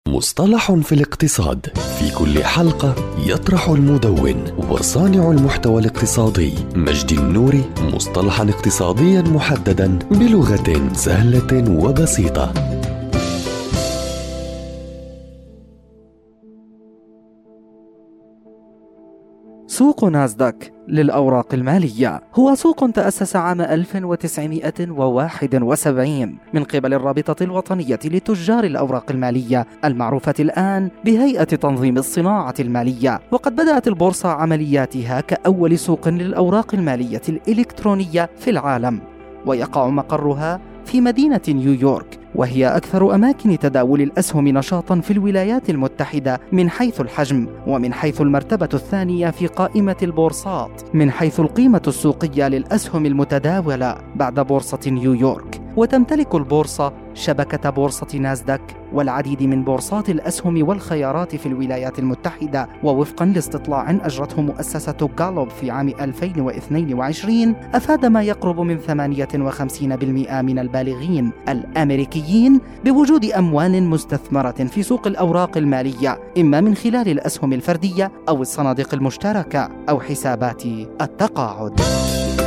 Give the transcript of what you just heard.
مصطلح في الاقتصاد. في كل حلقة يطرح المدون وصانع المحتوى الاقتصادي مجدي النوري مصطلحا اقتصاديا محددا بلغة سهلة وبسيطة. سوق ناسداك للأوراق المالية هو سوق تأسس عام 1971 من قبل الرابطة الوطنية لتجار الأوراق المالية المعروفة الآن بهيئة تنظيم الصناعة المالية، وقد بدأت البورصة عملياتها كأول سوق للأوراق المالية الإلكترونية في العالم، ويقع مقرها في مدينة نيويورك، وهي أكثر أماكن تداول الأسهم نشاطاً في الولايات المتحدة من حيث الحجم، ومن حيث المرتبة الثانية في قائمة البورصات من حيث القيمة السوقية للأسهم المتداولة بعد بورصة نيويورك. وتمتلك البورصة شبكة بورصة ناسداك والعديد من بورصات الأسهم والخيارات في الولايات المتحدة. ووفقاً لاستطلاع أجرته مؤسسة غالوب في عام 2022 أفاد ما يقرب من 58% من البالغين الأمريكيين بوجود أموال مستثمرة في سوق الأوراق المالية، إما من خلال الأسهم الفردية أو الصناديق المشتركة أو حسابات التقاعد.